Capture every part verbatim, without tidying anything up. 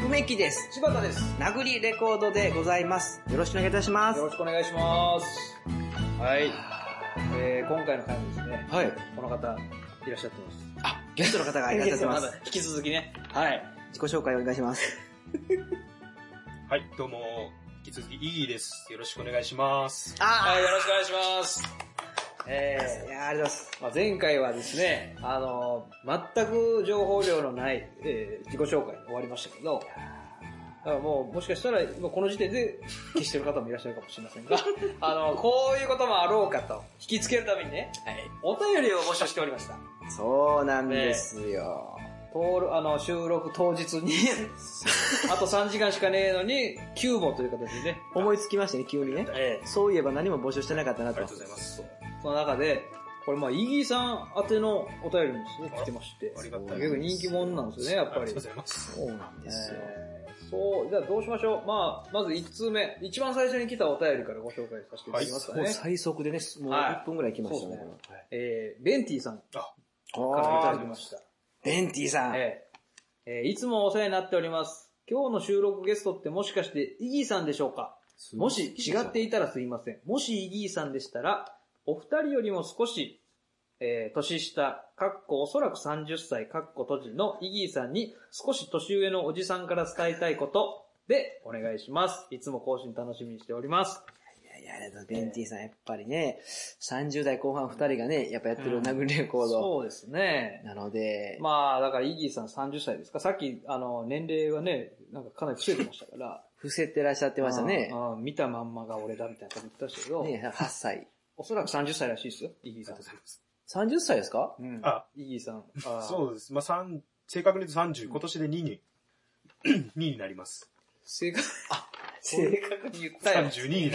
梅木です。 柴田です。 殴りレコードでございます。よろしくお願いいたします。 よろしくお願いします。はい。えー、今回の回もですね、 はい。 この方、いらっしゃってます。 あ、ゲストの方がいらっしゃってます。 引き続きね。はい。 自己紹介お願いします。 はい、どうも、引き続きイギーです。よろしくお願いします。 あはい、よろしくお願いします。 えー、いやー、ありがとうございます。 まあ、前回はですね、あの、全く情報量のない、えー、自己紹介に終わりましたけど、だからもう、もしかしたら、今この時点で消してる方もいらっしゃるかもしれませんが、あの、こういうこともあろうかと、引きつけるためにね、はい、お便りを募集しておりました。 そうなんですよ。 ね通る、あの、収録当日に、あとさんじかんしかねえのに、きゅうぼという形でね。 思いつきましたね、急にね。ええ、そういえば何も募集してなかったなと。 ありがとうございます。 その中で、これまあ、イギーさん宛てのお便りもすごく来てまして、 ありがたい。 結構人気者なんですよね、やっぱり。 ありがとうございます。 そうなんですよ。 えー、そう、じゃあどうしましょう。まあ、まずいち通目、一番最初に来たお便りからご紹介させていただきますかね。 はい、最速でね、もういっぷんぐらい来ましたね。はい、 そうね。えー、ベンティさんからいただきました。 ベンティさん。 えーえー、いつもお世話になっております。今日の収録ゲストってもしかしてイギーさんでしょうか？もし違っていたらすいません。もしイギーさんでしたら、お二人よりも少し、えー、年下、かっこおそらくさんじゅっさい、かっこ閉じのイギーさんに少し年上のおじさんから伝えたいことでお願いします。いつも更新楽しみにしております。 いやいや、ベンティさんやっぱりね、さんじゅう代後半ふたりがね、やっぱやってる殴りレコード、 うん。そうですね。 なので。 まあ、だからイギーさんさんじゅっさいですか。さっき、あの、年齢はね、なんかかなり伏せてましたから。 伏せてらっしゃってましたね。 ああ見たまんまが俺だみたいなこと言ってましたけど。 ね、はっさい。 おそらくさんじゅっさいらしいですよ、イギーさん。 さんじゅっさいですか？ うん。 あ、 イギーさん。 あそうです。まあ、三正確に言うとさんじゅう、今年でにに、にになります。 正確、あ、正確に言ったよ。 さんじゅうにになります。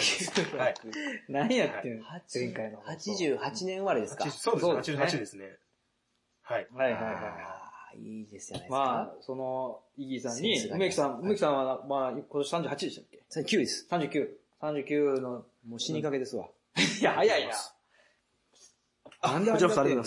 はい。 何やってんの、前回の。 はちじゅうはちねん生まれですか？ そうですね、はちじゅうはちですね。はい。 はいはいはい。 いいですよね。 まあ、その、イギーさんに、梅木さん、梅木さんは、まあ、今年さんじゅうはちでしたっけ？ さんじゅうきゅうです。 さんじゅうきゅう。さんじゅうきゅうの。 もう死にかけですわ。 いや、早いな。 なんでありがとうございます。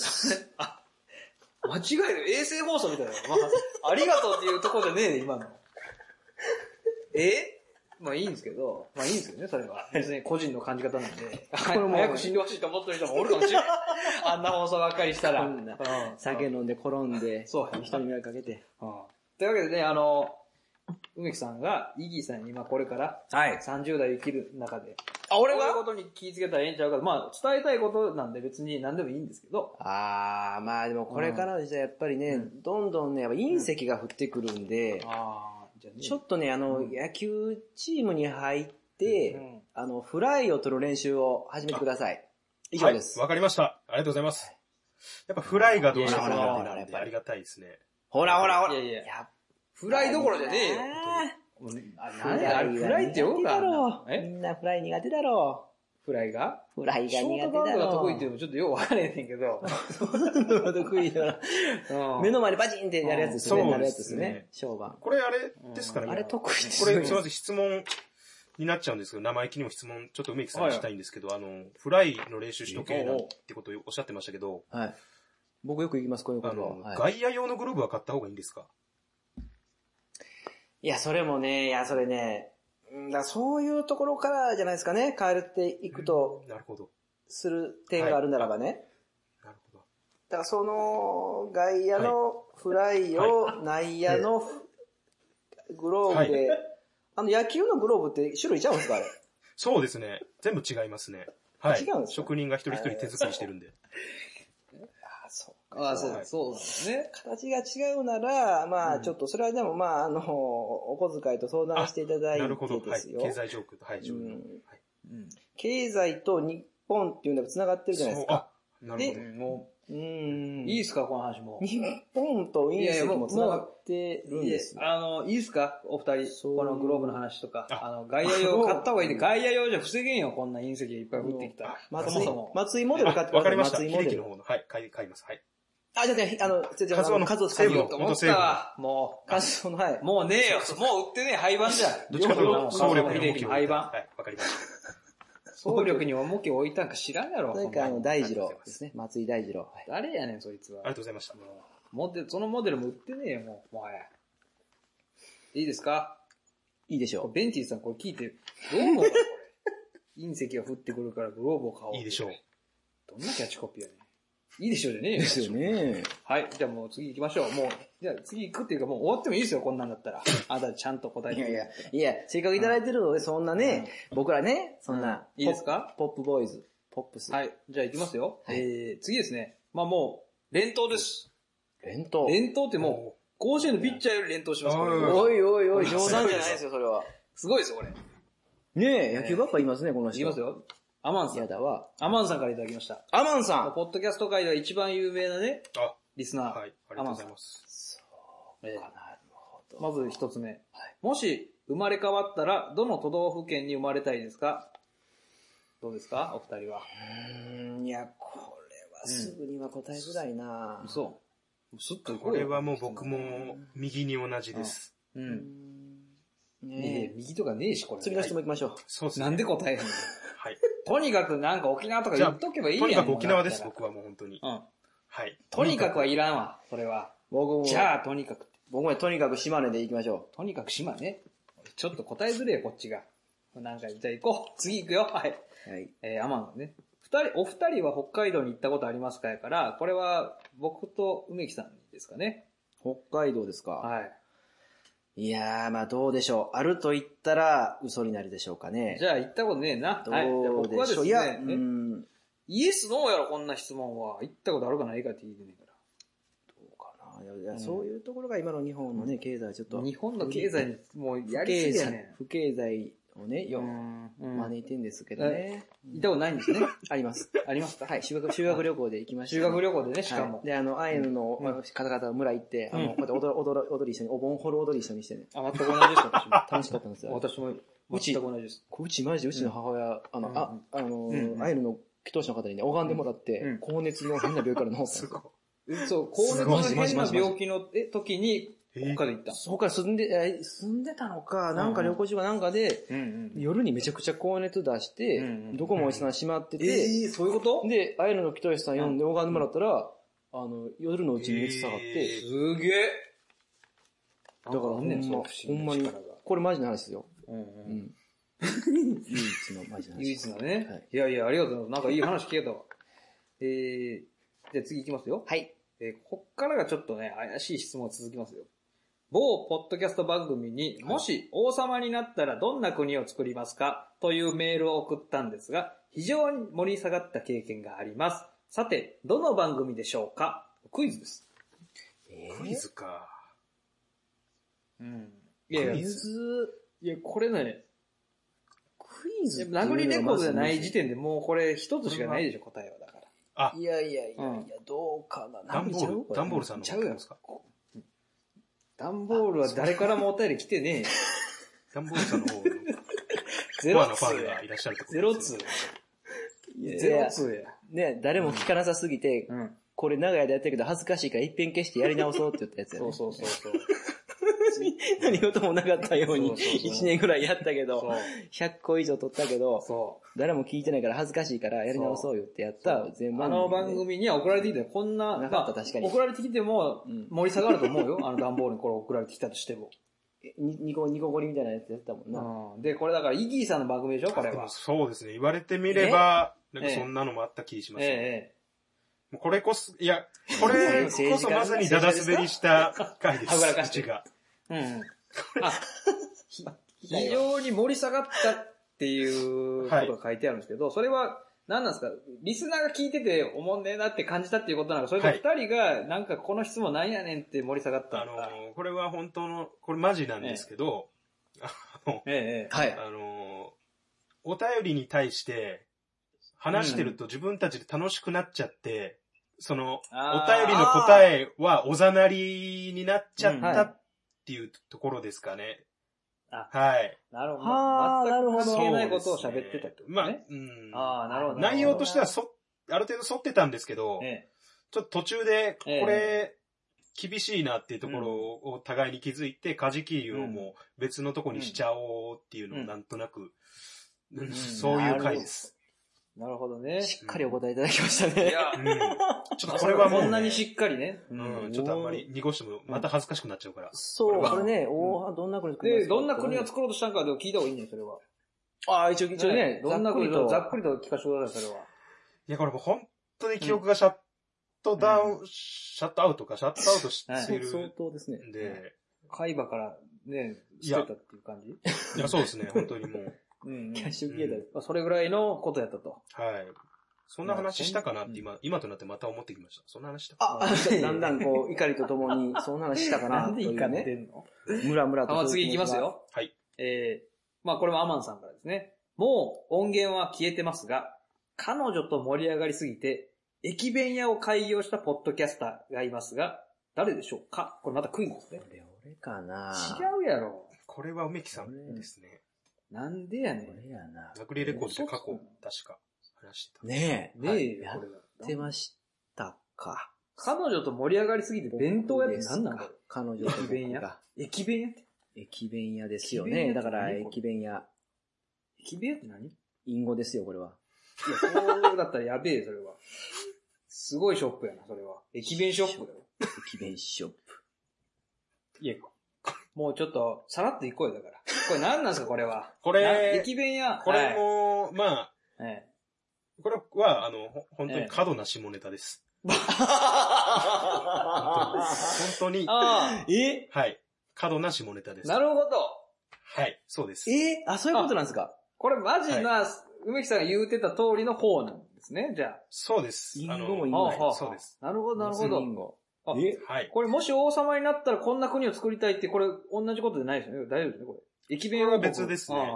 あ、間違える。衛星放送みたいな。まあ、ありがとうっていうところじゃねえね、今の。えまあいいんですけど、まあいいんですけどね、それは。別に個人の感じ方なんで。早く死んでほしいと思ってる人もおるかもしれない。あんな放送ばっかりしたら。うん、 酒飲んで転んで、 そう。 人に迷惑かけて。 うん。というわけでね、あの、梅木さんが、イギーさんに今これから、はい。さんじゅう代生きる中で、あ、俺がこういうことに気ぃつけたらええんちゃうか。まあ、伝えたいことなんで別に何でもいいんですけど。 あー、まあでもこれからの時代やっぱりね、うん、どんどんね、やっぱ隕石が降ってくるんで、うん、あじゃね、ちょっとね、あの、うん、野球チームに入って、うん、あの、フライを取る練習を始めてください。以上です。 はい、わかりました。ありがとうございます。やっぱフライがどうしても苦手なんでありがたいですね。 ほらほらほら。 いやいや。フライどころじゃねえよ。何あれフライって呼ぶかみんなフライ苦手だろう。フライがフライが苦手だろう。 ショートバウンドが得意っていうのもちょっとよくわからへんねんけど。 ショートバウンドが得意だから。目の前でバチンってやるやつですね。なるやつですね。小判。 これあれですかね。 あれ得意ですね。これすみません、質問になっちゃうんですけど、生意気にも質問、ちょっと梅木さんにしたいんですけど、あの、フライの練習しとけなんてことをおっしゃってましたけど。 はい。僕よく言います、こういうことは。外野用のグローブは買った方がいいんですか？ いや、それもね、いや、それね、だそういうところからじゃないですかね、変えていくと、 なるほど。 する点があるならばね。 なるほど。 だからその、外野のフライを内野のグローブで、あの野球のグローブって種類ちゃうんですか、あれ。 そうですね。全部違いますね。はい。違うんですか？職人が一人一人手作りしてるんで。 あ、そう。 ああ、そう、そうなんですね。 形が違うなら、まあ、ちょっと、それはでも、まあ、あの、お小遣いと相談していただいてですよ。なるほど。はい。 経済状況と、はい、状況。 経済と日本っていうのが繋がってるじゃないですか。 あ、なるほど。 で、もう、うん。いいですか、この話も。 日本と隕石も繋がってるんですよ。 あの、いいですか、お二人。このグローブの話とか。あの、外野用買った方がいいで、外野用じゃ防げんよ、こんな隕石がいっぱい降ってきたら。 松井、松井モデル買ってください。 わかりました。 松井モデル。 秀樹の方の、はい、買い、買います。はい。 あ、じゃあ、あの、じゃあ、 数を、 数を使ようと思ったわ。もう、 数を、はい。 もうねえよ。もう売ってねえ、廃盤じゃん。 どっちかというと、総力に重きを置いた。はい、 わかりました。 総力に重きを置いたんか知らんやろ。 なんか、あの、大二郎ですね。松井大二郎。 誰やねん、そいつは。 ありがとうございました。 モデル、そのモデルも売ってねえよ、もう、もはや。 いいですか？ いいでしょう。 ベンティさんこれ聞いて、どう思うかこれ。隕石が降ってくるからグローブを買おう。 いいでしょう。 どんなキャッチコピーやねん。いいでしょうじゃねえよ。 ですよね。 はい。じゃあもう次行きましょう。もう、じゃあ次行くっていうかもう終わってもいいですよ、こんなんだったら。あなたちゃんと答えて。 いやいや、いや、せっかくいただいてるので、そんなね、僕らね、そんな、 いいですか？ ポップボーイズ、ポップス。 はい。じゃあ行きますよ。 はい、 えー、次ですね。まあもう、連投です。 連投連投ってもう、甲子園のピッチャーより連投します。 おいおいおい、冗談じゃないですよ、それは。 すごいですよ、これ。 ねえ、野球ばっか言いますね、この人。 言いますよ。アマンさん。 やだわ。 アマンさんからいただきました。 アマンさんポッドキャスト界では一番有名なね、 あ、 リスナー。 はい、ありがとうございます。 そうか、なるほど。 まず一つ目。 はい、 もし、生まれ変わったら、どの都道府県に生まれたいですか？どうですかお二人は。 うーん、いや、これはすぐには答えづらいな、 うん、そう。すっとこれはもう僕も右に同じです。 うん。 ねえ、 右とかねえし、これ。 次の人も行きましょう。 そうですね。 なんで答えへんの？ はい。 とにかくなんか沖縄とか言っとけばいいやん。 とにかく沖縄です、僕はもう本当に。 うん。 はい。 とにかくはいらんわ、それは。 僕も。 じゃあ、とにかく。 僕もとにかく島根で行きましょう。とにかく島根。ちょっと答えづれよ、こっちが。なんか、じゃあ行こう。次行くよ。はい。 はい。 えー、アマンがね。二人、お二人は北海道に行ったことありますかやから、これは僕と梅木さんですかね。 北海道ですか。 はい。 いやー、まあどうでしょう。あると言ったら嘘になるでしょうかね。 じゃあ行ったことねえな。 どうでしょう。はい、じゃあ僕はですね、いや、うん。 イエスノーやろ、こんな質問は。行ったことあるかないかって聞いてねえから。 どうかな。いやいや、うん、そういうところが今の日本のね、経済ちょっと。 日本の経済にもうやりすぎやね。 不経済をね、よ、招いてんですけどね。 行ったことないんですね。 あります。 ありますか？ はい、修学、修学旅行で行きました。 修学旅行でね、しかも。 で、あの、アイヌの方々村行って、あの、こうやって踊り、踊り、踊り一緒に、お盆掘る踊り一緒にしてね。 あ、全く同じです、私も。 楽しかったんですよ。 私も、 うち、 全く同じです。 うちマジでうちの母親、あの、あ、あの、アイヌの祈祷師の方にね、拝んでもらって、高熱の変な病気から治ったんですよ。 そう、高熱の変な病気の時に、他で行った。 そこから住んで、住んでたのか、なんか旅行中かなんかで、夜にめちゃくちゃ高熱出して、どこもおじさん閉まってて、 えー、そういうことで、アイヌの祈祷師さん呼んで拝んでもらったら、あの、夜のうちに熱下がって、 すげえ。 だからほんま、ほんまに、これマジな話ですよ。うんうん。唯一のマジな話。 唯一のね。はい、いやいや、ありがとうございます。なんかいい話聞けたわ。えー、じゃあ次行きますよ。 はい。 えー、こっからがちょっとね、怪しい質問続きますよ。某ポッドキャスト番組に、もし王様になったらどんな国を作りますかというメールを送ったんですが、非常に盛り下がった経験があります。さて、どの番組でしょうか？クイズです。 えー、クイズか。 うん。いやいや、 クイズ、 いや、これね、 クイズ殴りレコードじゃない時点でもうこれ一つしかないでしょ、答えは。だから。 あ、いやいやいやいや、どうかな。 ダンボール、ダンボールさんのちゃうやんですか。ダンボールは誰からもお便り来てねえ。 ダンボールさんの方のゼロツー。ファンがいらっしゃるってことゼロツー。ゼロツーや。 ね、誰も聞かなさすぎて、うん、これ長い間やってるけど恥ずかしいから一遍消してやり直そうって言ったやつやね。 そうそうそうそう。 何事もなかったようにいちねんぐらいやったけど、ひゃっこ以上取ったけど、誰も聞いてないから恥ずかしいからやり直そうよってやった全部。 あの番組には送られてきて、こんな、 なかった確かに。 送られてきても盛り下がると思うよ。あの段ボールにこれ送られてきたとしても。 ニコ、ニコゴリみたいなやつやったもんな。 うん、で、これだからイギーさんの番組でしょこれは。 そうですね。言われてみれば、なんかそんなのもあった気しますね。ええ。これこそ、いや、これこそまさにダダ滑りした回です。 はぐらかしが。うん。あ、非常に盛り下がったっていうことが書いてあるんですけど、はい、それは何なんですか？リスナーが聞いてておもんねえなって感じたっていうことなのか、それと二人がなんかこの質問なんやねんって盛り下がったのか。 あのー、これは本当の、これマジなんですけど、ええ、あの、 ええ、 はい。あのー、お便りに対して話してると自分たちで楽しくなっちゃって、うん、その、お便りの答えはおざなりになっちゃったっていうところですかね。 あ、 はい。 なるほど。 はあ、なるほど。 関係ないことを喋ってたってことね。 まあ、うん。 ああ、なるほど。 内容としてはそ、ある程度沿ってたんですけど、ええ、ちょっと途中で、これ、厳しいなっていうところを互いに気づいて、舵切りをもう別のとこにしちゃおうっていうのをなんとなく、うん、そういう回です。 なるほどね。 しっかりお答えいただきましたね。 いや、 うん、ちょっとこれはもう、ね、 こんなにしっかりね。 うん、ちょっとあんまり濁してもまた恥ずかしくなっちゃうから。 そう、これね、おどんな国作るんですか？で、どんな国を作ろうとしたんかでも聞いた方がいいね、それは。 ああ、一応、一応ね、 どんな国と、ざっくりと聞かせてください、それは。 いや、これもう本当に記憶がシャットダウン、シャットアウトか、シャットアウトしている。 相当ですね。 で、 海馬からね、捨てたっていう感じ？ いや、そうですね、本当にもう。 うん、キャッシュ消えた。 それぐらいのことやったと。 はい。そんな話したかなって今、今となってまた思ってきました。そんな話したかな。あ、だんだんこう、怒りとともに、そんな話したかな。 なんで怒ってんの？ ムラムラと。 まあ次行きますよ。 はい。 えー、まあこれもアマンさんからですね。もう音源は消えてますが、彼女と盛り上がりすぎて、駅弁屋を開業したポッドキャスターがいますが、誰でしょうか？これまたクイズですね。 これ俺かな？ 違うやろ。 これは梅木さんですね。 なんでやねん。 これやな。 ラグリーレコードで過去、確か話してた。 ねえ、ねえ、 やってましたか。 彼女と盛り上がりすぎて弁当屋って何なんだろう？ 彼女と駅弁屋？駅弁屋って駅弁屋ですよね。だから駅弁屋。 駅弁屋って何？ 隠語ですよ、これは。 いや、そうだったらやべえ、それは。すごいショップやな、それは。駅弁ショップだよ。 駅弁ショップ。 いや、もうちょっと、さらっと行こうよ、だから。これ何なんですか、これは。 これ、 駅弁屋。 これも、はい、まあ、 はい、 これは、あの、本当に過度な下ネタです。ええ、本当に。 ああ。 えはい。過度な下ネタです。 なるほど。 はい、そうです。 えー、あ、そういうことなんですか？ これマジな、はい、梅木さんが言うてた通りの方なんですね、じゃあ。 そうです。 リンゴもいいの、 そうです。 なるほど、なるほど。 リンゴ。 えはい。これもし王様になったらこんな国を作りたいって、これ同じことじゃないですよね。大丈夫ですね、これ。駅弁は別ですね。はい。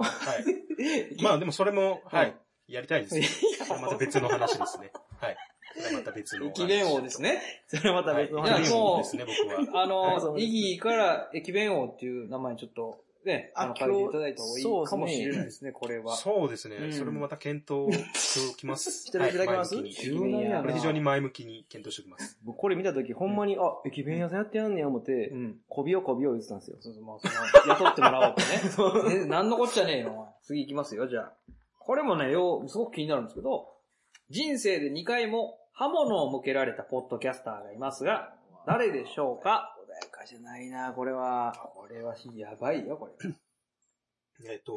まあでもそれも、はい。やりたいですね。それまた別の話ですね。はい。それまた別の。 駅弁王ですね。 それまた別の話ですね、僕は。あの、イギーから駅弁王っていう名前ちょっと、ね、あの、書いていただいた方がいいかもしれないですね、これは。 そうですね。それもまた検討しておきます。 していただきます？ これ非常に前向きに検討しておきます。 僕これ見たとき、ほんまに、あ、駅弁屋さんやってやんねや思って、こびをこびを言ってたんですよ。 そうそう、まあ、その、雇ってもらおうとね。え、なんのこっちゃねえよ。次行きますよ、じゃあ。これもね、よう、すごく気になるんですけど、人生でにかいも刃物を向けられたポッドキャスターがいますが、誰でしょうか？ 穏やかじゃないな、これは。 これはやばいよ、これ。 えっと、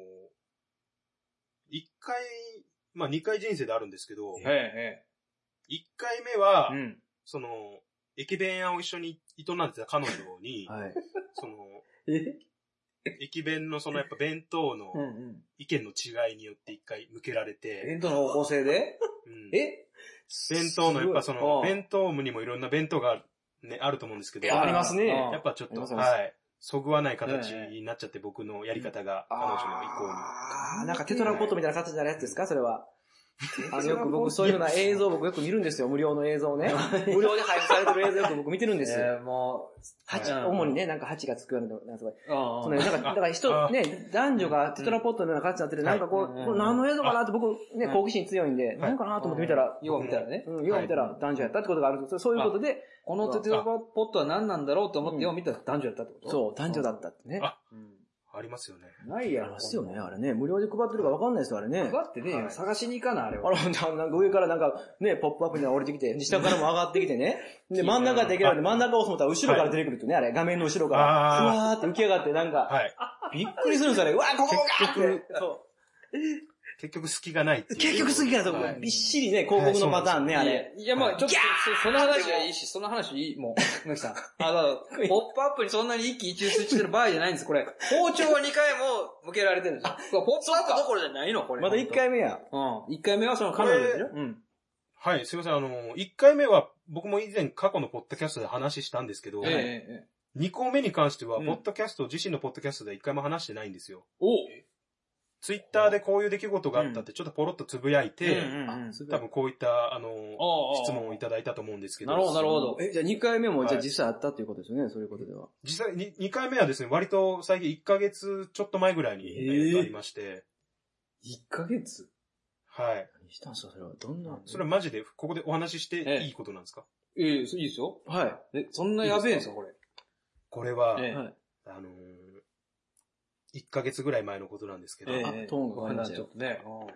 一回、まあ二回人生であるんですけど、一回目は、その、駅弁屋を一緒に営んでた彼女に、その、駅弁のそのやっぱ弁当の意見の違いによって一回向けられて、 弁当の方向性で、え弁当のやっぱその、弁当にもいろんな弁当がね、あると思うんですけど、 ありますね。 やっぱちょっと、はい。そぐわない形になっちゃって、僕のやり方が、彼女の意向に。 ああ、なんかテトラポットみたいな形になるやつですか、それは。あの、よく僕そういうような映像僕よく見るんですよ、無料の映像ね。無料で配布されてる映像よく僕見てるんですよ。 えー、もう、 蜂、主にね、なんか蜂がつくような、なんかすごい。そのなんか、だから人、ね、男女がテトラポットのような形になってて、なんかこう、これ何の映像かなって僕、ね、好奇心強いんで、何かなと思って見たら、 よう見たらね。 うん、よう見たら男女やったってことがあるんですよ。そういうことで、 このテトラポットは何なんだろうと思ってよう見たら男女やったってこと？ そう、男女だったってね。 ありますよね。 ないやろ。ありますよね、あれね。無料で配ってるか分かんないですよ、あれね。 配ってね、はい、探しに行かな、あれは。 あら、なんか上からなんか、ね、ポップアップに降りてきて、下からも上がってきてね。で、真ん中できるんで、真ん中を押すと思ったら後ろから出てくるとね、あれ、画面の後ろから。うわーって浮き上がって、なんか、はい、びっくりするんですよね。うわー、ここがーって。そう。 結局隙がないっていう。 結局隙がない。びっしりね、広告のパターンね、あれ。 いや、まあちょっと、その話はいいし、その話いい、もう、梅木さん。あの、ポップアップにそんなに一喜一憂してる場合じゃないんです、これ。包丁はにかいも向けられてるんですよ。ポップアップどころじゃないの、これ。 まだいっかいめや。 うん。いっかいめはその彼女でしょ？うん。 はい、すいません、あの、いっかいめは、僕も以前過去のポッドキャストで話したんですけど、にこめに関しては、ポッドキャスト、自身のポッドキャストでいっかいも話してないんですよ。 おツイッターでこういう出来事があったってちょっとポロッとつぶやいて、多分こういった、あの、質問をいただいたと思うんですけど。 なるほど、なるほど。 え、じゃあにかいめも、じゃあ実際あったっていうことですよね、そういうことでは。 実際に、にかいめはですね、割と最近いっかげつちょっと前ぐらいにありまして。 いっかげつはい。 何したんですか、それは。どんな。 それはマジで、ここでお話ししていいことなんですか？ ええ、いいですよ。はい。え、そんなやべえんですか、これ。 これは、あの、いっかげつぐらい前のことなんですけど。 ええ、トーンが変わっちゃう。ちょっとね。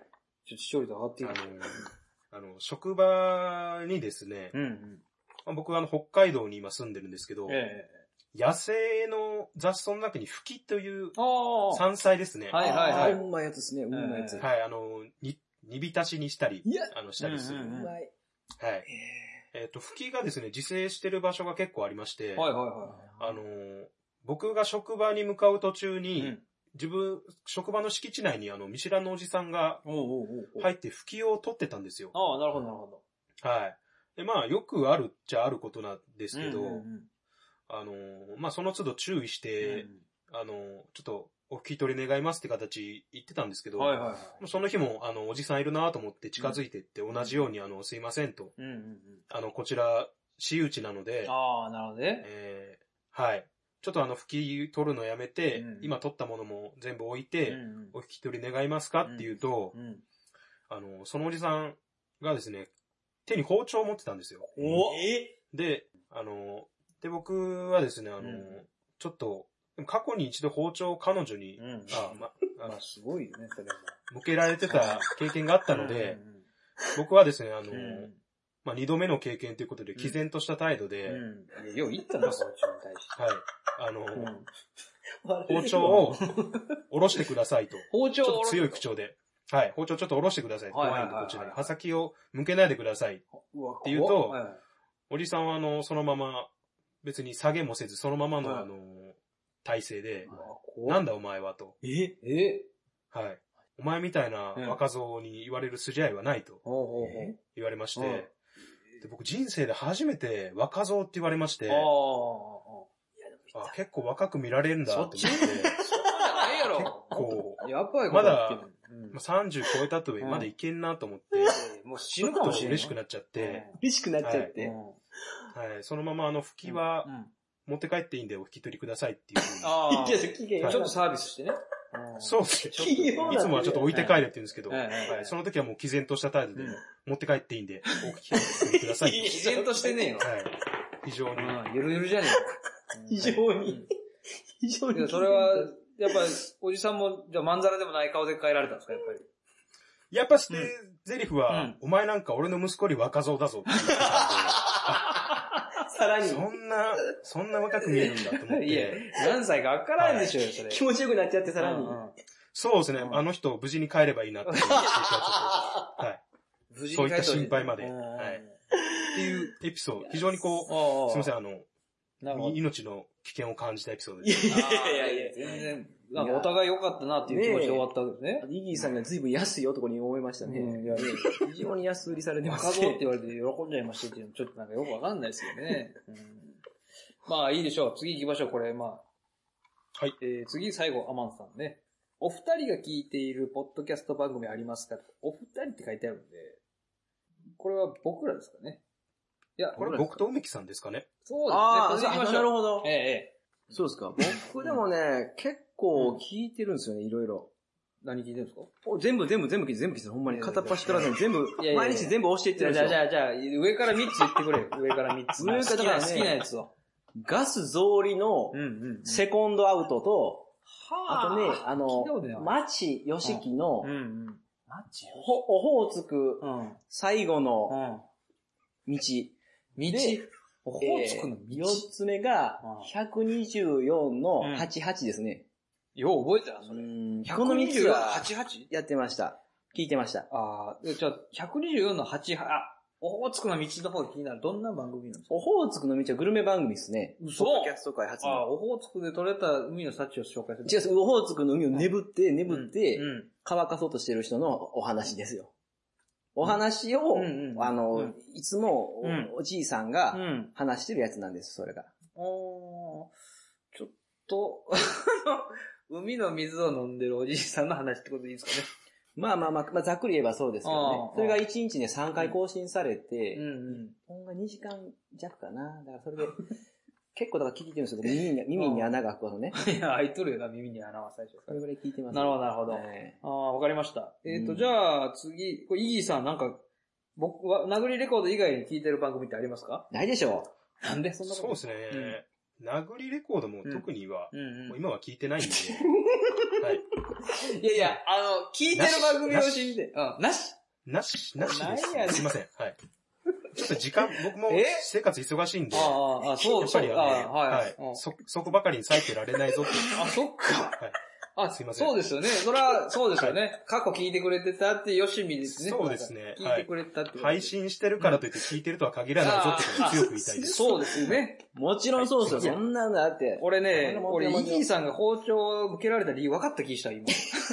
ちょっと視聴率上がっている。 あの、あの、職場にですね、うんうん、まあ、僕はあの、北海道に今住んでるんですけど、えー、野生の雑草の中にフキという山菜ですね。 はいはいはい。うまいやつですね、うまいやつ。 はい、あの、に、煮浸しにしたり、あの、したりする。うまい。はい。えっと、フキがですね、自生してる場所が結構ありまして、はいはいはい。あの、僕が職場に向かう途中に、うん、自分、職場の敷地内にあの、見知らぬおじさんが入ってフキを取ってたんですよ。 ああ、なるほどなるほど。はい。で、まあ、よくあるっちゃあることなんですけど、うんうんうん、あの、まあ、その都度注意して、うん、あの、ちょっと、お引き取り願いますって形言ってたんですけど、はいはいはい、その日も、あの、おじさんいるなと思って近づいてって、うん、同じように、あの、すいませんと、うんうんうん、あの、こちら、私有地なので、 ああ、なるほどね。 えー、はい。ちょっとあの、吹き取るのやめて、うん、今取ったものも全部置いて、うんうん、お引き取り願いますかって言うと、うんうん、あの、そのおじさんがですね、手に包丁を持ってたんですよ。おで、あの、で、僕はですね、あの、うん、ちょっと、過去に一度包丁を彼女に、うん、あ、ま、 あまあ、すごいよね、それは。 向けられてた経験があったので、うんうん、僕はですね、あの、うんまあ、二度目の経験ということで、毅然とした態度で、うんうん、よう言ったな、包丁に対して。 はい。あの、うん、包丁を下ろしてくださいと。包丁をちょっと強い口調で。はい。包丁ちょっと下ろしてください。怖いんでこちらに。刃先を向けないでください。って言うと、はい、おじさんはあの、そのまま、別に下げもせず、そのままの、はい、あの、体勢で、なんだお前はと。ええはい。お前みたいな若造に言われる筋合いはないと。言われまして、で僕人生で初めて若造って言われまして、ああ結構若く見られるんだと思って、結構、やっぱりまだ、うん、さんじゅう超えたと上、まだいけんなと思って、うん、もう死ぬかもしれない。嬉しくなっちゃって、 嬉しくなっちゃって、 はいはい、そのままあの吹きは、持って帰っていいんでお引き取りくださいっていうふうに。 ああ、ちょっとサービスしてね。 そうですね。いつもはちょっと置いて帰れって言うんですけど、はいはい、その時はもう毅然とした態度で、持って帰っていいんで、お聞き取りください。 毅然としてねえよ。はい。 非常に。 ゆるゆるじゃねえよ。非常に。非常に。 それは、やっぱり、おじさんも、じゃあまんざらでもない顔で帰られたんですか、やっぱり。 やっぱして、ゼリフは、お前なんか俺の息子より若造だぞって言ってたんで、 さらに。 そんな、そんな若く見えるんだと思って。いや、 何歳かわからんでしょうよ、それ。 気持ちよくなっちゃって、さらに。 そうですね。あの人、無事に帰ればいいなって。はい。無事に帰ればいい。そういった心配まで。はい。っていうエピソード。非常にこう、すみません、あの、命の危険を感じたエピソードです。 いやいやいや、全然。なんかお互い良かったなっていう気持ちで終わったわけですね。 イギーさんが随分安い男に思いましたね。いや非常に安売りされてますね。若造って言われて喜んじゃいましたっていうのちょっとなんかよくわかんないですよね。うん、まあいいでしょう。次行きましょう、これ。まあ。 はい。 えー、次、最後、アマンさんね。お二人が聞いているポッドキャスト番組ありますか？お二人って書いてあるんで、これは僕らですかね。 いや、これ僕と梅木さんですかね。 そうですね。 ああ、なるほど。 ええ。 そうですか。僕でもね、結構聞いてるんですよね、いろいろ。 何聞いてるんですか？ 全部、全部、全部聞いて、全部聞いて、ほんまに片っ端から全部、毎日全部教えてるんですよ。 じゃあ、じゃあ、上からみっつ言ってくれよ。上からみっつ。上から好きなやつを。 ガス草履のセコンドアウトと、あとね、あの、町吉木の、オホーツク最後の道。 道オホーツクの道。 四つ目がひゃくにじゅうよんのはちじゅうはちですね。 よう覚えてたそれ。 ひゃくにじゅうよんのはちじゅうはち? やってました。聞いてました。 ああ、じゃあひゃくにじゅうよんのはちじゅうはち、あ、オホーツクの道の方気になる。どんな番組なんですか？ オホーツクの道はグルメ番組ですね。 嘘？ ポッドキャスト界初の。 ああ、オホーツクで採れた海の幸を紹介する。 違う、オホーツクの海を眠って、眠って、乾かそうとしてる人のお話ですよ。お話を、うんうん、あの、うん、いつも お,、うん、おじいさんが話してるやつなんです、それが。 おー、ちょっと、海の水を飲んでるおじいさんの話ってことでいいですかね。 まあまあまあ、まあ、ざっくり言えばそうですけどね。それがいちにちね、さんかい更新されて、うんうん、本がにじかん弱かな。だからそれで、結構だから聞いてるんですけど、耳に、耳に穴が開くことね。 いや、開いとるよな、耳に穴は最初。 それぐらい聞いてます、 ね。なるほど、なるほど。ね、ああ、わかりました。えっ、ー、と、うん、じゃあ、次、これイギーさんなんか、僕は、殴りレコード以外に聞いてる番組ってありますか？ ないでしょう。なんでそんなこと？ そうですね。 殴りレコードも特には、 うんうんうん、 今は聞いてないんで。はい。 いやいや、あの、聞いてる番組を信じて。うん、なしなし、なしです。すいません。はい。ちょっと時間、僕も生活忙しいんで。 ああ、そう、 やっぱり、ね、 はい。 はい。そ、そこばかりに割いてられないぞって。 あ、そっか。 はい。 あ、すいません。そうですよね。それは、そうですよね。はい、過去聞いてくれてたってよしみですね。 そうですね。 聞いてくれたって、はい。 配信してるからといって聞いてるとは限らないぞってことを強く言いたいです。 そうですね。 もちろんそうですよ。そんなのだって。 俺ね、俺、イギーさんが包丁を向けられた理由分かった気した、今。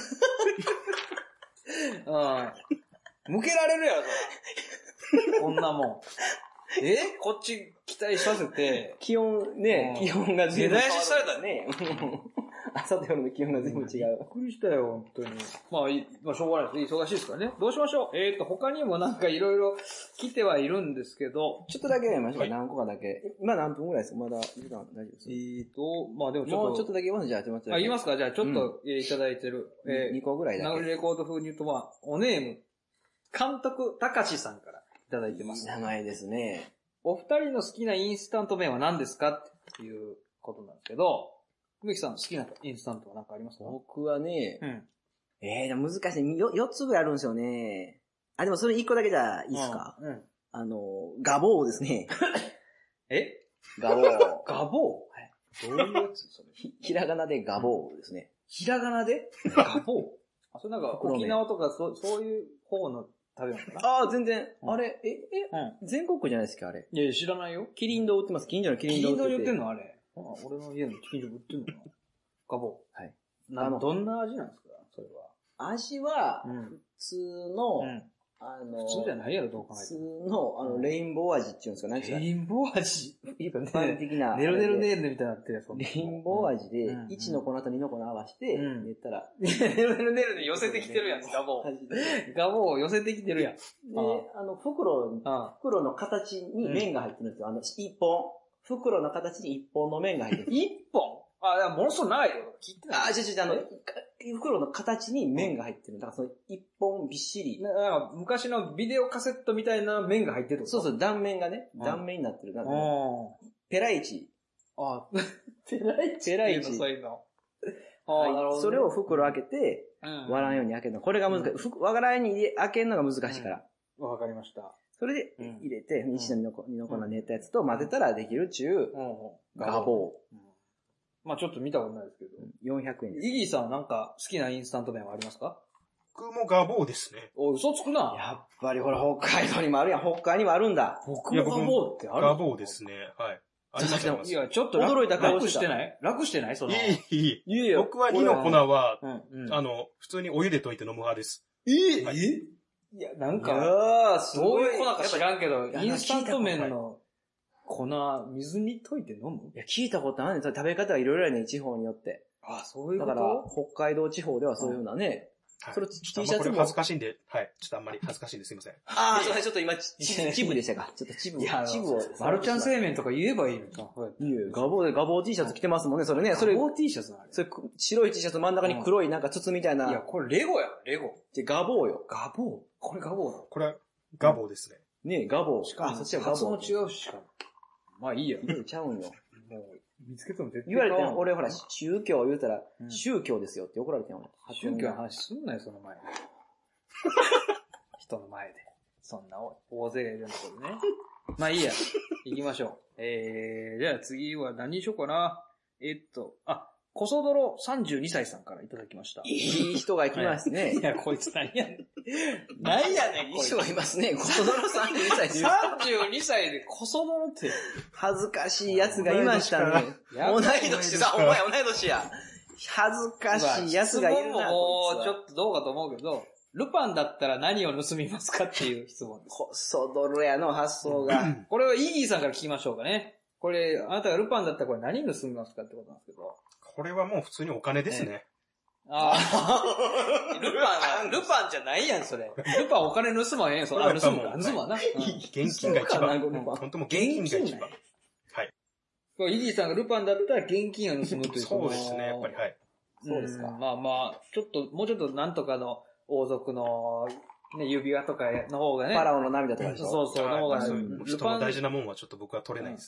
うん。向けられるやろ、そら。こんなもん。えこっち期待させて。 気温ね、気温が全部。出だしされたね。 朝と夜の気温が全部違う。びっくりしたよ、本当に。まあ、まあ、しょうがないです。忙しいですからね。どうしましょう。えっと、他にもなんかいろいろ来てはいるんですけど。 ちょっとだけやりましょうか、はい、何個かだけ。今何分ぐらいですかまだ時間大丈夫ですかえっと、まあでもちょっと。 もうちょっとだけ言いますじゃあ、ちょっと。 あ、言いますかじゃあ、ちょっと、うん、いただいてる。 えー、にこぐらいだけ。 ナウリレコード風に言うと、まあ、おネーム、監督たかしさんからいただいてます。 いい名前ですね。 お二人の好きなインスタント麺は何ですかっていうことなんですけど、梅木さん好きなインスタントは何かありますか？ 僕はね、 うん、 えー、でも難しい。よ、よっつぐらいあるんですよね。あ、でもそれいっこだけじゃいいですか？ うんうん、 あの、ガボーですね。 えガボー。 ガボー、はい、どういうやつそれひ、ひらがなでガボーですね。 ひらがなでガボーあ、それなんか沖縄とかそそういう方の食べ物かなああ、全然。うん、あれ、え、え、うん、全国区じゃないですか、あれ。 いやいや、知らないよ。 キリン堂売ってます。近所のキリン堂売ってて。 キリン堂売ってんのあれ。あ、俺の家の近所売ってんのかなガボー。はい。あの、どんな味なんですかそれは。 味は、普通の、うん、あの、 普通じゃないやろ、どう考えても。普通の、あの、レインボー味っていうんですか、何ですかレインボー味一般的な。 ネロネロネールみたいになってるやつ。 レインボー味で、いちの粉とにの粉合わせて、寝たら。 ネロネロネールで寄せてきてるやん、ガボー。ガボー寄せてきてるやん。で、 あの、袋、袋の形に麺が入ってるんですよ。あの、一本。袋の形に一本の麺が入ってる。 一本あ、いや、ものすごいないよ。 切ってない。あ、違う違う、あの、袋の形に麺が入ってる。だからその一本びっしり。 だから昔のビデオカセットみたいな麺が入ってる。 そうそう、断面がね、断面になってる。なんかペライチ。 あペライチ。 ペライチ。 そういうの。 ああ、なるほど。それを袋開けて、割らんように開けるの。これが難しい。割らんように開けるのが難しいから。 わかりました。 それで入れて、一の二の粉練ったやつと混ぜたらできるっちゅう、ガボー。 まあちょっと見たことないですけど。 よんひゃくえんです。 イギーさんはなんか好きなインスタント麺はありますか？ 僕もガボーですね。 お、嘘つくな。 やっぱりほら、北海道にもあるやん。北海にもあるんだ。 僕もガボーってある？ ガボーですね。はい。 ありますね。いや、ちょっと驚いた顔してない楽してないその。 いい、いい。いい僕はにの粉は、あの、普通にお湯で溶いて飲む派です。 えええいや、なんか、どういう粉か知らんけど、インスタント麺の粉、水に溶いて飲む？ いや、聞いたことあるね。食べ方はいろいろあるね、地方によって。 あ、そういうこと？ だから、北海道地方ではそういうふうなね。 それ T シャツも。これ恥ずかしいんで、はい。ちょっとあんまり恥ずかしいんですいません。 ああ、それちょっと今、チブでしたか。ちょっとチブを。チブを。 マルちゃん製麺とか言えばいいのか。 いいガボーで、ガボー T シャツ着てますもんね、それね。それ。 ガボー T シャツなの？ それ、白い T シャツ真ん中に黒いなんか筒みたいな。 いや、これレゴや、レゴ。 じゃ、ガボーよ。 ガボーこれガボーだ。 これ、ガボーですね。 ねえ、ガボー。 しかも、そっちはガボー。発音違うしかも。まあいいや。 いいちゃうんよ。 もう、見つけても絶対言われてん、俺ほら、宗教言うたら、宗教ですよって怒られてん、俺。 宗教の話すんなよ、その前で。人の前で。そんな大勢がいるんだけどね。まあいいや。行きましょう。えー、じゃあ次は何にしようかな。えっと、あ、コソドロさんじゅうにさいさんからいただきました。 いい人がいますね。 いや、こいつ何やねん。何やねん、 いい人がいますね。コソドロさんじゅうにさいです。 さんじゅうにさいでコソドロって。 恥ずかしい奴がいましたね。同い年さ、お前同い年や。恥ずかしい奴がいるな。 もうちょっとどうかと思うけど、ルパンだったら何を盗みますかっていう質問です。 コソドロやの発想が。 これはイギーさんから聞きましょうかね。これ、あなたがルパンだったらこれ何盗みますかってことなんですけど。 これはもう普通にお金ですね。 ああ。ルパン、ルパンじゃないやん、それ。ルパンお金盗まへん、それ。あ、盗むか、盗まな。 現金が一番。本当も現金が一番。はい。 イギーさんがルパンだったら現金を盗むという。 そうですね、やっぱり、はい。 そうですか。 まあまあ、ちょっと、もうちょっとなんとかの王族の、ね、指輪とかの方がね。 パラオの涙とかでしょ。 そうそう、の方が、 ルパンの大事なもんはちょっと僕は取れないですね。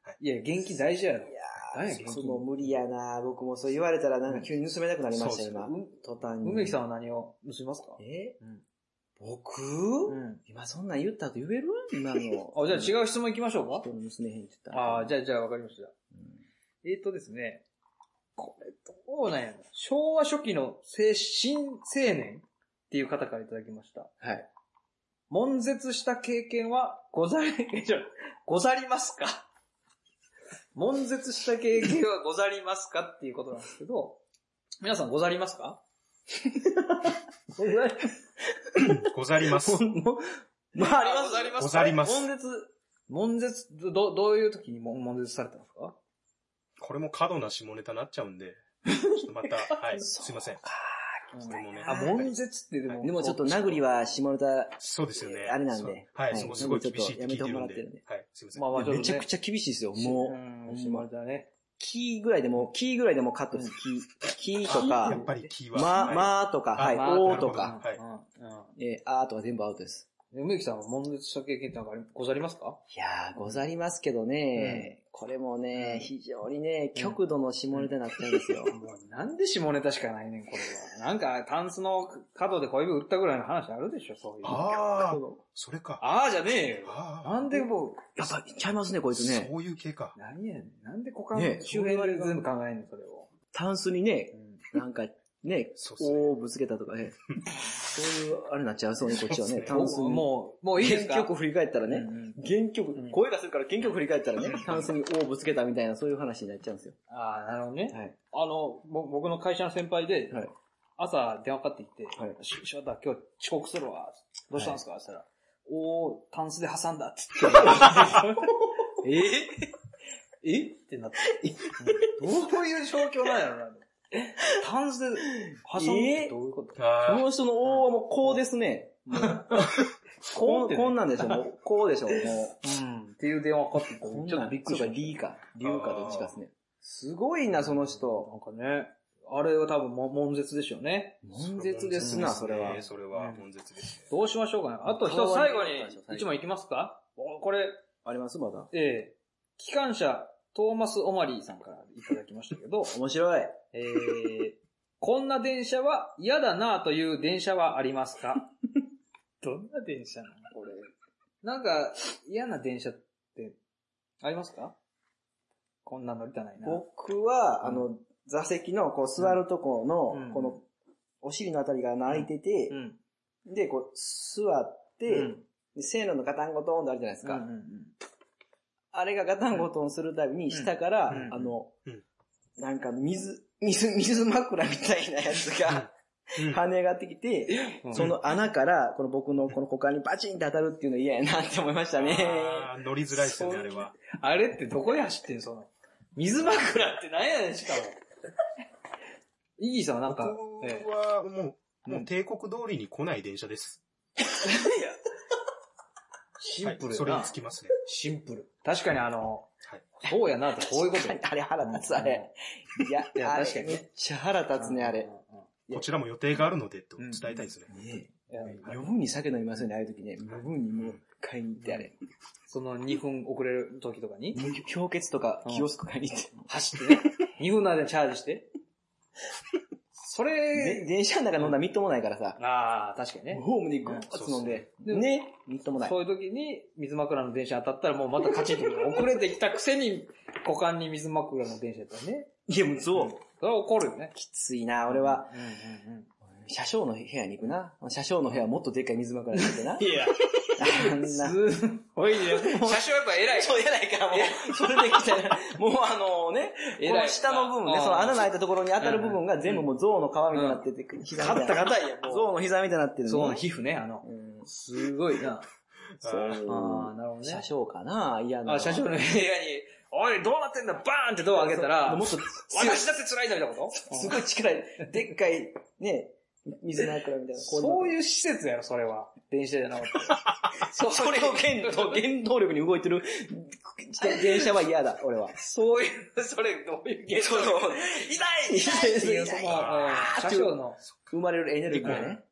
いや、元気大事やろ。 いやー、その無理やな。僕もそう言われたらなんか急に盗めなくなりました、今。途端に。 梅木さんは何を盗みますか？ え僕、うん、今そんなん言ったと言える今の。 あ、じゃあ違う質問行きましょうか。 人の娘編って言ったら。 ああ、じゃあ、じゃあ分かりました。うん、えーっとですね、これどうなんやろ。昭和初期の新青年っていう方からいただきました。 はい。 悶絶した経験はござり、ござりますか？悶絶した経験はござりますかっていうことなんですけど、皆さんござりますか？ござりござります。 まあ、あります。ござります。 ござります。 悶絶、悶絶、ど、どういう時に悶絶されたんですか？ これも過度な下ネタになっちゃうんで、ちょっとまた、はい、すいません。 あ、悶絶ってでも。 でもちょっと殴りは下ネタ、 そうですよね。 あれなんで。 はい、そこすごい厳しいって聞いてるんで。はい、すいません。 まあまあめちゃくちゃ厳しいですよ、もう。下ネタね。 キーぐらいでも、キーぐらいでもカットです。キー、キーとか、 やっぱりキーは。 ま、まとか、はい、おーとか、 はい。 え、あーとか全部アウトです。 梅木さんは悶絶した経験ってなんかござりますか？ いやー、ござりますけどね、これもね、非常にね、極度の下ネタになっちゃうんですよ。 もうなんで下ネタしかないねん、これは。なんか、タンスの角で小指打ったぐらいの話あるでしょ、そういう。 ああ、それか。 ああじゃねえよ。なんでもう、 やっぱ、ちゃいますね、こいつね。 そういう系か。 何やねん。なんで股間周辺で全部考えんの、それを。 タンスにね、なんか、ね、おーぶつけたとかね。そういう、あれになっちゃうそうに、こっちはね。タンスに。 もう、もういいですか？ 原曲振り返ったらね。原曲、声がするから原曲振り返ったらね、タンスにおーぶつけたみたいな、そういう話になっちゃうんですよ。 ああ、なるほどね。 はい。 あの、僕の会社の先輩で、朝電話かかってきて、はい。し、しまった、今日遅刻するわ。どうしたんですかって言ったら、おー、タンスで挟んだって言って。ええってなって。どういう状況なんやろな。タンスで挟むってどういうこと？ この人のおーはもうこうですね。こう、こんなんでしょ、もう。こうでしょ、もう。 うん。っていう電話かかってきた。ちょっとびっくりした。 そうか、リーか。リュウかどっちかですね。すごいな、その人。 なんかね。あれは多分、悶絶でしょうね。 悶絶ですな、それは。 それは、悶絶です。 どうしましょうかね。あと一つ最後に、一問いきますか？これ。 ありますまだ。 ええ。機関車、トーマス・オマリーさんからいただきましたけど。 面白い。 えー、こんな電車は嫌だなという電車はありますか？どんな電車なのこれ。なんか嫌な電車ってありますか？こんな乗りたないな。 僕は、うん、あの、座席のこう座るとこの、うん、このお尻のあたりが開いてて、うん、で、こう座って、うん、線路のガタンゴトンってあるじゃないですか。うんうんうん、あれがガタンゴトンするたびに下から、うん、あの、うん、なんか水、水、水枕みたいなやつが、跳ね上がってきて、うん、その穴から、この僕のこの股間にバチンって当たるっていうの嫌やなって思いましたね。 ああ、乗りづらいっすよね、あれは。 あれってどこで走ってんその。水枕って何やねん、しかも。イギーさんはなんか。 僕はもう、もう帝国通りに来ない電車です。いや。 シンプルやな、はい。 それにつきますね。 シンプル。確かにあの、はい、そうやなってこういうこと。 あれ腹立つ、あれ。いや、いや確かにめっちゃ腹立つね、あれ。 こちらも予定があるので、と伝えたいですね。ね余分に酒飲みますよね、ああいう時ね。余分にもう買いに行ってあれ。 そのにふん遅れる時とかに氷結とかキオスク買いに行って。 走ってね。にふんの間にチャージして。それ、 電車の中飲んだらみっともないからさ。 ああ、確かにね。 ホームにゴーッと飲んで。ね、みっともない。 そういう時に水枕の電車当たったらもうまたカチンと遅れてきたくせに股間に水枕の電車やったらね。 いや、もうそう。 それは怒るよね。 きついな、俺は。うんうんうん。車掌の部屋に行くな。車掌の部屋はもっとでっかい水枕に行ってな。 いや。あんな。すごいね。車掌やっぱ偉い。 そう、偉いからもう、それで来たら、もうあのね、この下の部分ね、その穴の開いたところに当たる部分が全部もう象の皮みたいになってて、 膝みたいな。硬い硬いやん。 象の膝みたいになってる。 象の皮膚ね、あの。すごいな。 そういう。ああ、なるほどね。車掌かな、嫌な。 あ、車掌の部屋に、おい、どうなってんだバーンってドア開けたら、もっと、私だって辛いんだみたいなことすごい力、でっかい、ね、水の枕みたいな。 そういう施設やろ、それは。電車じゃなくて。 そそれを原動原動力に動いてる電車は嫌だ、俺は。 そういう、それどういう原動力？痛い痛いっていう、その、車掌の生まれるエネルギーがね。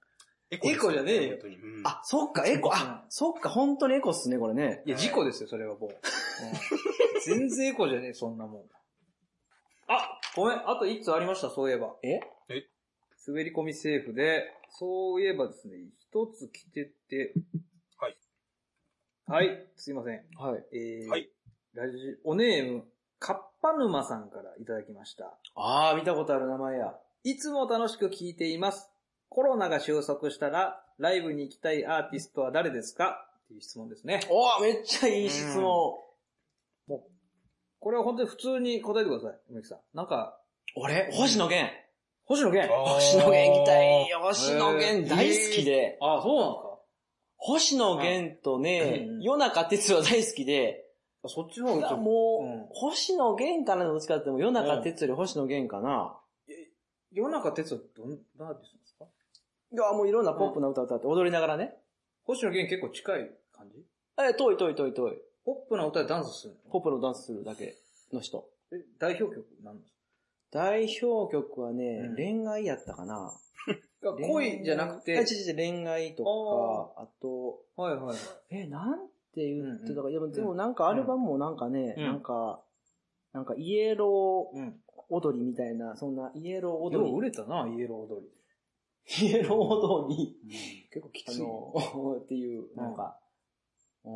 エコです、 エコじゃねえよ。 本当に。うん、 あ、そっか、エコ、あ、そっか、本当にエコっすね、これね。 いや、事故ですよ、それはもう。うん、全然エコじゃねえ、そんなもん。あ、ごめん、あと一つありました、そういえば。 ええ滑り込みセーフで、そういえばですね、一つ来てて、 はい。 はい、すいません。 はい。 えー、 はい。 ラジオネーム、カッパ沼さんからいただきました。 あー、見たことある名前や。 いつも楽しく聞いています。コロナが収束したら、ライブに行きたいアーティストは誰ですかっていう質問ですね。 おー、めっちゃいい質問。もう、これは本当に普通に答えてください、梅木さん。なんか、 俺、星野源。 星野源。 星野源行きたいよ。星野源大好きで。 ああ、そうなのか。 星野源とね、夜中哲也大好きで、 そっちの方がもう、うん、星野源かなどっちかっても夜中哲也より星野源かな。 え、夜中哲也どんなアーティストですか？ いや、もういろんなポップな歌歌って踊りながらね。 星野源結構近い感じ？ え、遠い遠い遠い遠い。 ポップな歌でダンスするの？ ポップのダンスするだけの人。 え、代表曲何ですか？ 代表曲はね、うん、恋愛やったかな。 恋じゃなくて。 あ、違う違う、恋愛とか、あと、 はいはいはい。 え、なんて言ってたか、うんうん、でもなんかアルバムもなんかね、うん、なんか、なんかイエロー踊りみたいな、そんなイエロー踊り。 よう売れたな、イエロー踊り。 イエロー踊り。 うん、結構きつい。 あの、っていう、なんか、 うん、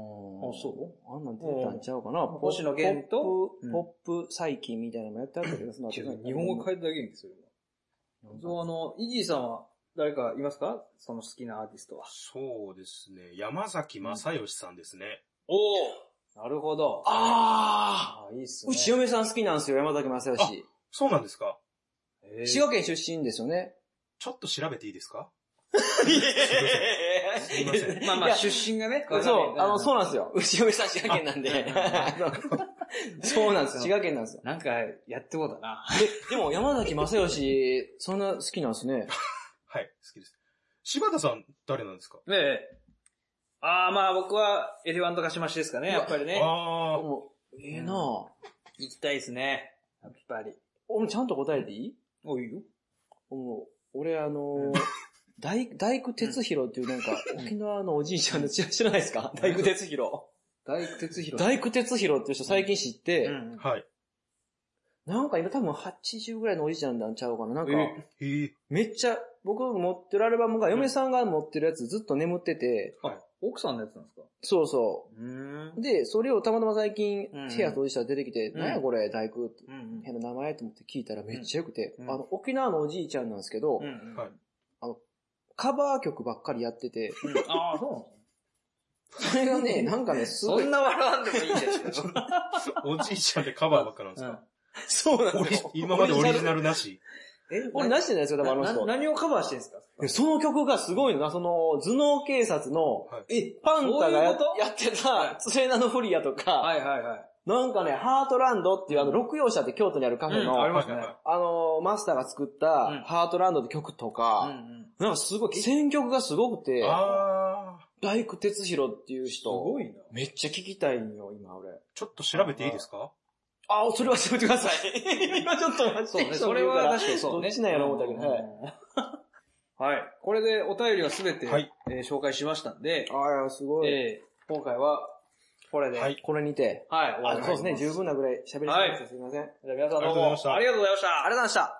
あ、そうあんなん出たんちゃうかな。 星野源と、 ポップ最近みたいなのもやってあったけど、その日本語変えただけにするわ。そう、あの、イギーさんは誰かいますか？その好きなアーティストは。 そうですね。山崎正義さんですね。 うん、おー、なるほど。 あー。 あ、いいっすね。 うち嫁さん好きなんですよ、山崎正義。 あ、そうなんですか。 滋賀県出身ですよね。 ちょっと調べていいですか？ すいません。まあまあ、出身がね。 そう、あの、そうなんですよ。うち嫁さん滋賀県なんで。そうなんです。滋賀県なんですよ。 なんか、やってこうだな。 で、でも山崎正義、そんな好きなんですね。 はい、好きです。柴田さん、誰なんですか？ ええ。ああ、まあ僕は、エレワンとかしましですかね、やっぱりね。 ああ。 ええなぁ。 行きたいですね。やっぱり。 俺ちゃんと答えていい？ お、いいよ。 俺あのー、大、大工哲弘っていうなんか、沖縄のおじいちゃんの知らないですか？大工哲弘。 大工哲弘。 大工哲弘っていう人最近知って、 うんうん、はい。 なんか今多分はちじゅうぐらいのおじいちゃんなんちゃうかな。なんか、 えー、 めっちゃ、僕持ってるアルバムが、嫁さんが持ってるやつずっと眠ってて、 はい。奥さんのやつなんですか？ そうそう。 うん。 で、それをたまたま最近、部屋掃除したら出てきて、なんやこれ、大工、 うん変な名前と思って聞いたらめっちゃ良くて、あの、沖縄のおじいちゃんなんですけど、はい。あの、カバー曲ばっかりやってて、 ああ、そうなんですね。 それがね、なんかね、すごい。 そんな笑わんでもいいですよ。 おじいちゃんでカバーばっかなんですか？ そうなんですよ。 今までオリジナルなし。 え、俺なしじゃないですよ、多分あの人。 何をカバーしてるんですか？ その曲がすごいのな、その、頭脳警察の、はい、え、パンタが や, やってた、ツレナのフリアとか、 はいはいはい。 なんかね、ハートランドっていうあの、六葉社って京都にあるカフェの、 うん、ありましたね。 あの、マスターが作った、ハートランドって曲とか、うんうん、なんかすごい、選曲がすごくて、 あ大工哲弘っていう人、 すごいな。 めっちゃ聞きたいんよ、今俺。 ちょっと調べていいですか？ ああ、それは調べてください。今ちょっと待って。 そうね、それは確かにそうね。 どっちなんやろ思ったけど。はい。 はい。これでお便りはすべて、はいえー、紹介しましたんで。 ああ、すごい。 えー、今回は、これで。 はい。これにて。 はい。 あ、そうですね。十分なぐらい喋りました。すいません。 じゃあ皆さんどうもありがとうございました。 ありがとうございました。